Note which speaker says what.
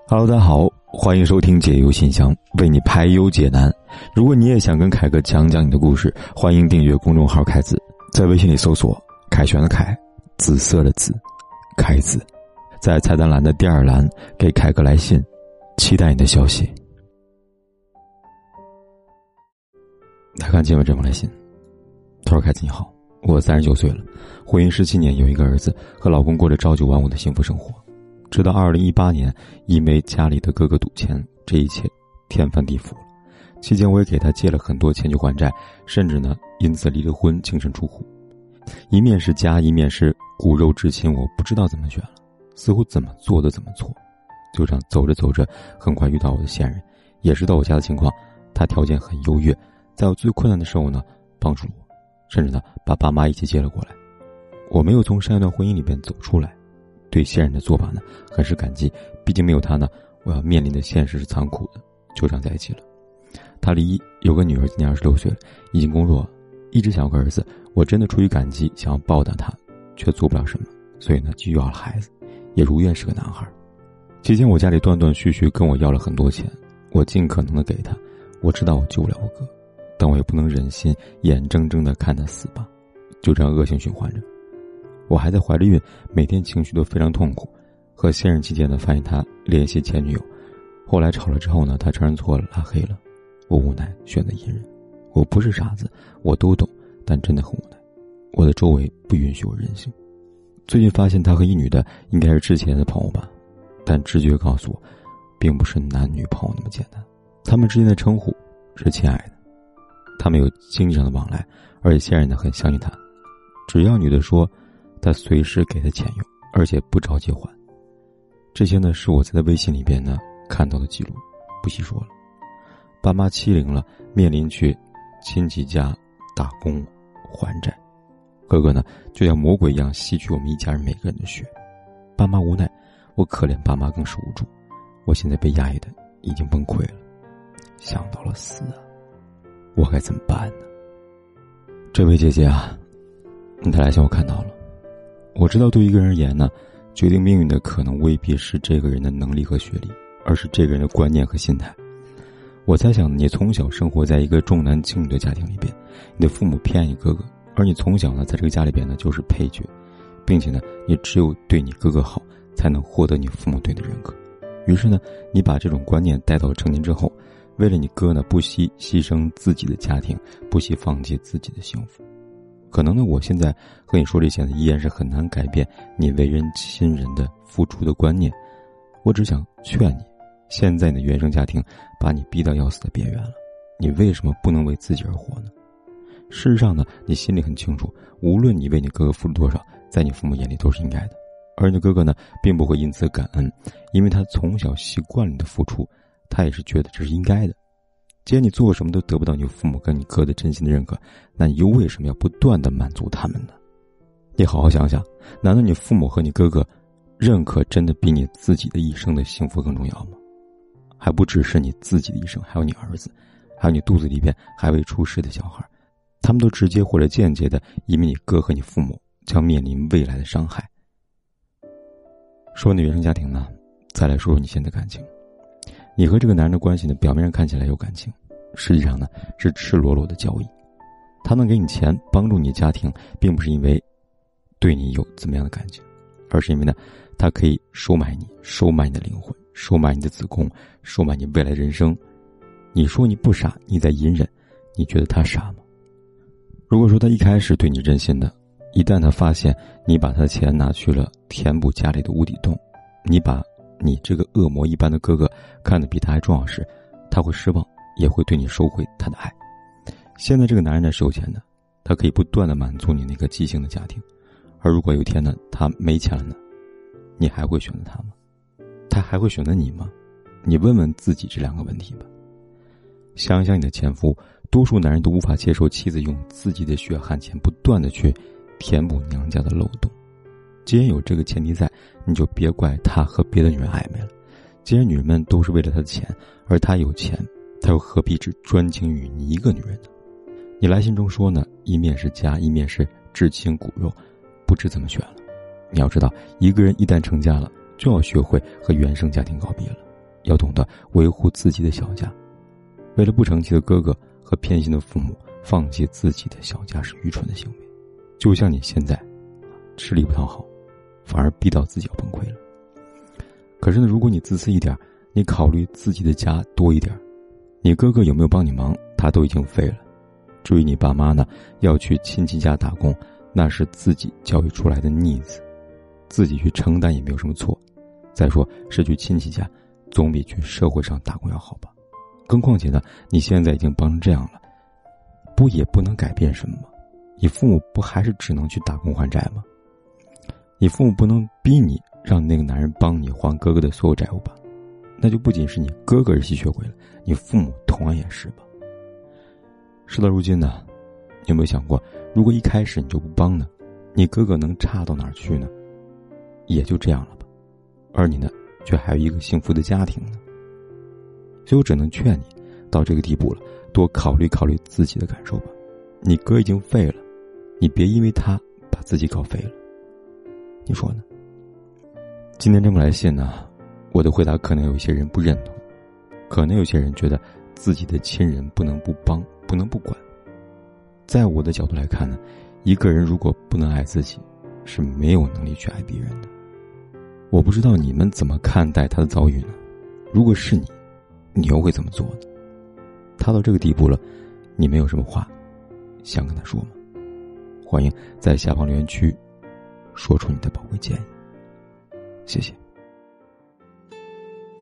Speaker 1: Hello， 大家好，欢迎收听解忧信箱，为你排忧解难。如果你也想跟凯哥讲讲你的故事，欢迎订阅公众号凯子，在微信里搜索凯旋的凯，紫色的紫，凯子，在菜单栏的第二栏给凯哥来信，期待你的消息。来看今晚这封来信。他说：凯子你好，我39岁了，婚姻17年，有一个儿子，和老公过着朝九晚五的幸福生活。直到2018年，因为家里的哥哥赌钱，这一切天翻地覆了。期间我也给他借了很多钱去还债，甚至呢因此离了婚，净身出户。一面是家，一面是骨肉至亲，我不知道怎么选了，似乎怎么做都怎么错。就这样走着走着，很快遇到我的现任，也知道我家的情况，他条件很优越，在我最困难的时候呢帮助我，甚至呢把爸妈一起接了过来。我没有从上一段婚姻里边走出来，对现任的做法呢很是感激，毕竟没有他呢，我要面临的现实是残酷的。就这样在一起了。他离异，有个女儿，今年26岁了，已经工作，一直想要个儿子。我真的出于感激，想要报答他，却做不了什么，所以呢就要了孩子，也如愿是个男孩。期间我家里断断续续跟我要了很多钱，我尽可能的给他。我知道我救不了我哥，但我也不能忍心眼睁睁的看他死吧，就这样恶性循环着。我还在怀着孕，每天情绪都非常痛苦。和现任期间呢，发现他联系前女友，后来吵了之后呢，他承认错了，拉黑了。我无奈选择隐忍。我不是傻子，我都懂，但真的很无奈。我的周围不允许我任性。最近发现他和一女的应该是之前的朋友吧，但直觉告诉我，并不是男女朋友那么简单。他们之间的称呼是亲爱的，他们有经济上的往来，而且现任呢很相信他，只要女的说，他随时给他钱用，而且不着急还。这些呢是我在他微信里边呢看到的记录，不细说了。爸妈70了，面临去亲戚家打工还债，哥哥呢就像魔鬼一样吸取我们一家人每个人的血。爸妈无奈，我可怜爸妈更是无助。我现在被压抑的已经崩溃了，想到了死啊，我该怎么办呢？这位姐姐啊，你的来信我看到了。我知道对一个人而言呢，决定命运的可能未必是这个人的能力和学历，而是这个人的观念和心态。我猜想你从小生活在一个重男轻女的家庭里边，你的父母偏爱你哥哥，而你从小呢在这个家里边呢就是配角，并且呢你只有对你哥哥好，才能获得你父母对你的认可。于是呢你把这种观念带到成年之后，为了你哥呢不惜牺牲自己的家庭，不惜放弃自己的幸福。可能呢我现在和你说这些呢，依然是很难改变你为人亲人的付出的观念。我只想劝你，现在你的原生家庭把你逼到要死的边缘了，你为什么不能为自己而活呢？事实上呢你心里很清楚，无论你为你哥哥付出多少，在你父母眼里都是应该的。而你的哥哥呢并不会因此感恩，因为他从小习惯了你的付出，他也是觉得这是应该的。既然你做什么都得不到你父母跟你哥的真心的认可，那你又为什么要不断的满足他们呢？你好好想想，难道你父母和你哥哥认可真的比你自己的一生的幸福更重要吗？还不只是你自己的一生，还有你儿子，还有你肚子里边还未出世的小孩，他们都直接或者间接的因为你哥和你父母将面临未来的伤害。说你原生家庭呢，再来说说你现在感情。你和这个男人的关系呢，表面上看起来有感情，实际上呢是赤裸裸的交易。他能给你钱帮助你家庭，并不是因为对你有怎么样的感情，而是因为呢他可以收买你，收买你的灵魂，收买你的子宫，收买你未来人生。你说你不傻，你在隐忍，你觉得他傻吗？如果说他一开始对你真心的，一旦他发现你把他的钱拿去了填补家里的无底洞，你把你这个恶魔一般的哥哥看得比他还重要时，他会失望，也会对你收回他的爱。现在这个男人呢是有钱的，他可以不断的满足你那个畸形的家庭，而如果有一天呢他没钱了呢，你还会选择他吗？他还会选择你吗？你问问自己这两个问题吧。想想你的前夫，多数男人都无法接受妻子用自己的血汗钱不断的去填补娘家的漏洞。既然有这个前提在，你就别怪他和别的女人暧昧了。既然女人们都是为了他的钱，而他有钱，他又何必只专情于你一个女人呢？你来信中说呢，一面是家，一面是至亲骨肉，不知怎么选了。你要知道，一个人一旦成家了，就要学会和原生家庭告别了。 要懂得维护自己的小家。为了不成器的哥哥和偏心的父母，放弃自己的小家是愚蠢的行为。就像你现在吃力不讨好，反而逼到自己要崩溃了。可是呢，如果你自私一点，你考虑自己的家多一点，你哥哥有没有帮你忙，他都已经废了。至于你爸妈呢，要去亲戚家打工，那是自己教育出来的逆子，自己去承担也没有什么错。再说是去亲戚家，总比去社会上打工要好吧。更况且呢，你现在已经帮成这样了，也不能改变什么吗？你父母不还是只能去打工还债吗？你父母不能逼你让那个男人帮你还哥哥的所有债务吧？那就不仅是你哥哥是吸血鬼了，你父母同样也是吧。事到如今呢，你有没有想过，如果一开始你就不帮呢，你哥哥能差到哪儿去呢？也就这样了吧。而你呢，却还有一个幸福的家庭呢。所以我只能劝你，到这个地步了，多考虑考虑自己的感受吧。你哥已经废了，你别因为他把自己搞废了，你说呢？今天这封来信呢，我的回答可能有一些人不认同，可能有些人觉得自己的亲人不能不帮，不能不管。在我的角度来看呢，一个人如果不能爱自己，是没有能力去爱别人的。我不知道你们怎么看待他的遭遇呢？如果是你，你又会怎么做呢？他到这个地步了，你没有什么话想跟他说吗？欢迎在下方留言区说出你的宝贵建议，谢谢。